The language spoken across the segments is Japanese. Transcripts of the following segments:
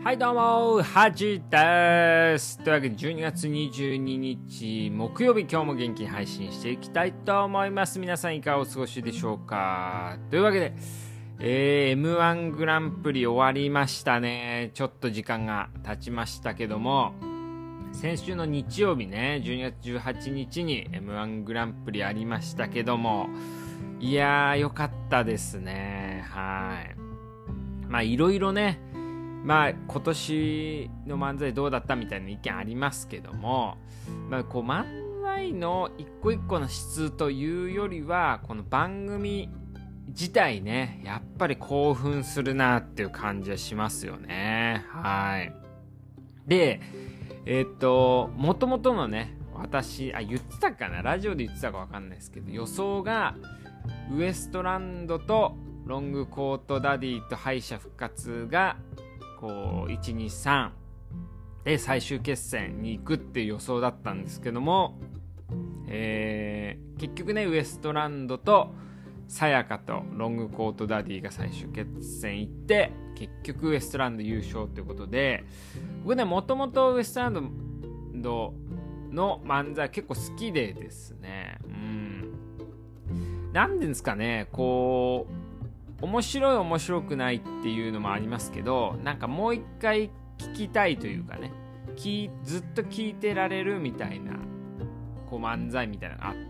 はいどうも、ハジです。というわけで12月22日木曜日、今日も元気に配信していきたいと思います。皆さんいかがお過ごしでしょうか。というわけで、M1 グランプリ終わりましたね。ちょっと時間が経ちましたけども、先週の日曜日ね、12月18日に M1 グランプリありましたけども、いやー良かったですね。はい。まあいろいろね、まあ今年の漫才どうだったみたいな意見ありますけども、まあこう漫才の一個一個の質というよりは、この番組自体ね、やっぱり興奮するなっていう感じはしますよね。はい。で、もともとのね、私、言ってたかな、ラジオで言ってたかわかんないですけど、予想がウエストランドとロングコートダディと敗者復活がこう 1,2,3 で最終決戦に行くっていう予想だったんですけども、結局ね、ウエストランドとさやかとロングコートダディが最終決戦行って、結局ウエストランド優勝ということで、僕ね、もともとウエストランドの漫才結構好きでですね、なんでですかね、こう面白くないっていうのもありますけど、なんかもう一回聞きたいというかね、ずっと聞いてられるみたいなこう漫才みたいなのがあって、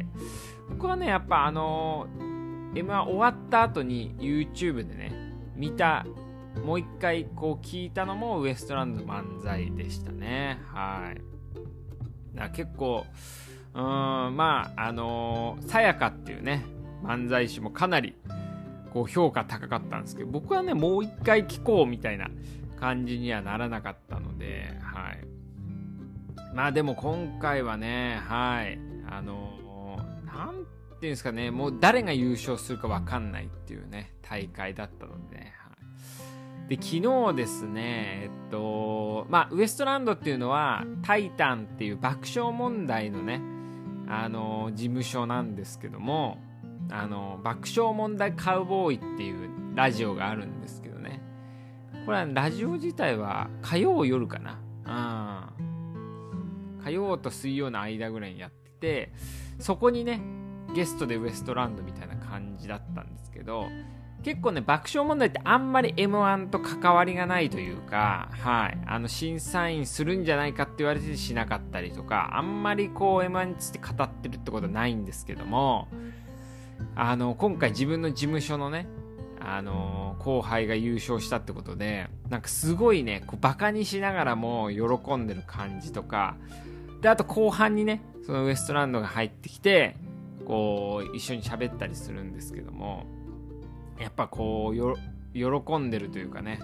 僕はね、やっぱM1 終わった後に YouTube でねもう一回こう聞いたのもウエストランドの漫才でしたね。はい。だから結構まあさやかっていうね漫才師もかなりこう評価高かったんですけど、僕はねもう一回聞こうみたいな感じにはならなかったので、はい。まあでも今回はね、はい、なんていうんですかね、もう誰が優勝するか分かんないっていうね大会だったので、はい。で昨日ですね、まあウエストランドっていうのはタイタンっていう爆笑問題のね事務所なんですけども、爆笑問題カウボーイっていうラジオがあるんですけどね、これはラジオ自体は火曜夜かな、火曜と水曜の間ぐらいにやってて、そこにねゲストでウエストランドみたいな感じだったんですけど、結構ね爆笑問題ってあんまり M1 と関わりがないというか、はい、審査員するんじゃないかって言われてしなかったりとか、あんまりこう M1 について語ってるってことはないんですけども、今回自分の事務所のね後輩が優勝したってことで、なんかすごいねこうバカにしながらも喜んでる感じとかで、あと後半にねそのウエストランドが入ってきてこう一緒に喋ったりするんですけども、やっぱこう喜んでるというかね、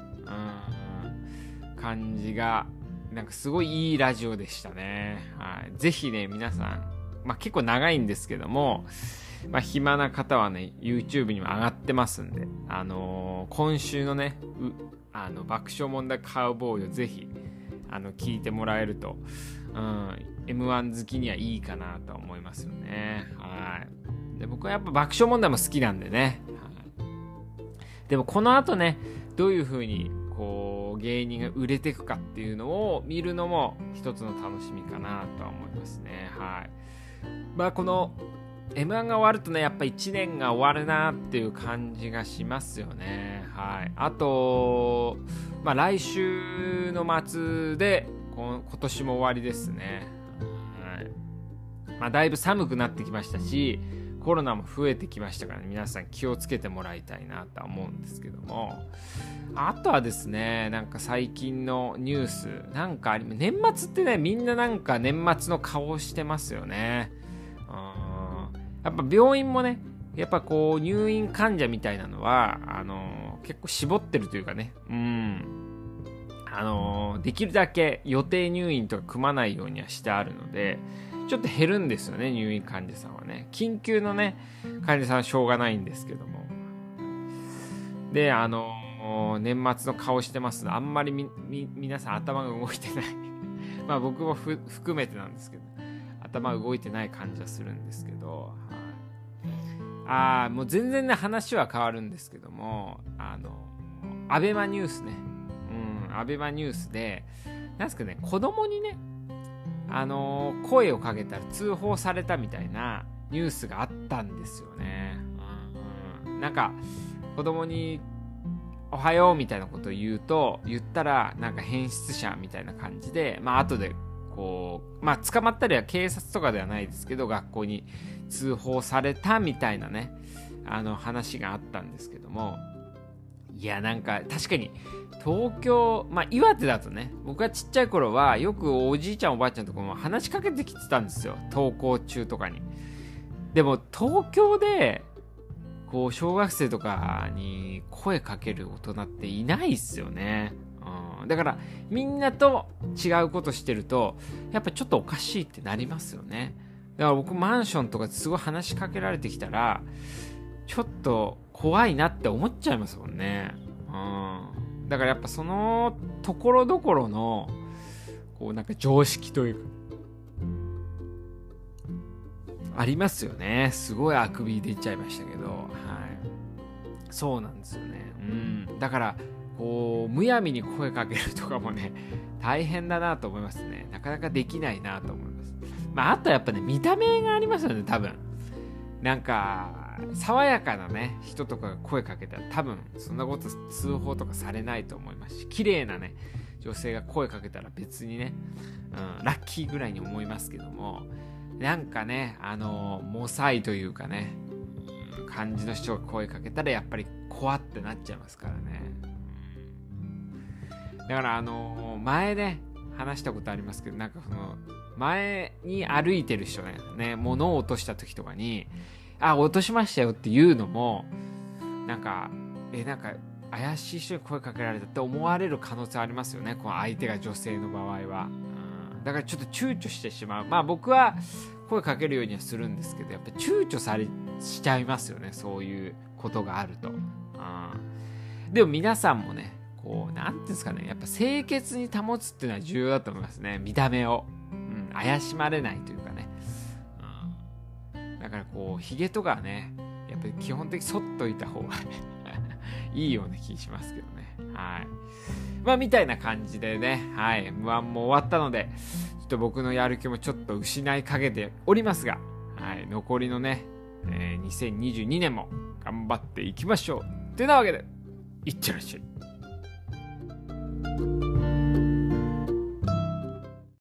感じがなんかすごいいいラジオでしたね。はい、ぜひね皆さん、まあ結構長いんですけども、まあ暇な方はね YouTube にも上がってますんで、今週のね爆笑問題カウボーイをぜひ聞いてもらえると、M1 好きにはいいかなと思いますよね。はい。で僕はやっぱ爆笑問題も好きなんでね、はい。でもこの後ねどういう風にこう芸人が売れていくかっていうのを見るのも一つの楽しみかなとは思いますね。はい。まあこのM1 が終わるとね、やっぱ1年が終わるなっていう感じがしますよね。はい。あと、まあ来週の末で今年も終わりですね。はい。まあだいぶ寒くなってきましたし、コロナも増えてきましたからね、皆さん気をつけてもらいたいなとは思うんですけども、あとはですね、なんか最近のニュースなんか年末ってね、みんななんか年末の顔をしてますよね。やっぱ病院もね、やっぱこう入院患者みたいなのは結構絞ってるというかね、できるだけ予定入院とか組まないようにはしてあるので、ちょっと減るんですよね、入院患者さんはね。緊急のね患者さんはしょうがないんですけども、で年末の顔してますので、あんまり皆さん頭が動いてないまあ僕も含めてなんですけど、頭動いてない感じはするんですけど、はい。もう全然ね話は変わるんですけども、アベマニュースね、 アベマニュースでなんですかね、子供にね声をかけたら通報されたみたいなニュースがあったんですよね。なんか子供におはようみたいなことを言ったらなんか変質者みたいな感じで、後でこう捕まったりは警察とかではないですけど学校に通報されたみたいなね話があったんですけども、いやなんか確かに東京岩手だとね、僕がちっちゃい頃はよくおじいちゃんおばあちゃんとかも話しかけてきてたんですよ、登校中とかに。でも東京でこう小学生とかに声かける大人っていないっすよね。だからみんなと違うことしてるとやっぱちょっとおかしいってなりますよね。だから僕マンションとかですごい話しかけられてきたらちょっと怖いなって思っちゃいますもんね。だからやっぱそのところどころのこうなんか常識というかありますよね。すごいあくび出ちゃいましたけど、はい、そうなんですよね。だからこうむやみに声かけるとかもね大変だなと思いますね。なかなかできないなと思います。あとやっぱね見た目がありますよね。多分なんか爽やかなね人とかが声かけたら多分そんなこと通報とかされないと思いますし、綺麗なね女性が声かけたら別にね、ラッキーぐらいに思いますけども、なんかねモサイというかね感じの人が声かけたらやっぱり怖ってなっちゃいますからね。だから前ね話したことありますけど、なんかその前に歩いてる人ね物を落とした時とかに落としましたよっていうのもなんか怪しい人に声かけられたって思われる可能性ありますよね、この相手が女性の場合は。だからちょっと躊躇してしまう。僕は声かけるようにはするんですけど、やっぱり躊躇しちゃいますよね、そういうことがあると。でも皆さんもねこうなんていうんですかね、やっぱ清潔に保つっていうのは重要だと思いますね。見た目を、怪しまれないというかね、だからこうヒゲとかはねやっぱり基本的に剃っといた方がいいような気しますけどね。はい、みたいな感じでね、はい、M1も終わったのでちょっと僕のやる気もちょっと失いかけておりますが、はい、残りのね、2022年も頑張っていきましょう。というわけでいってらっしゃい。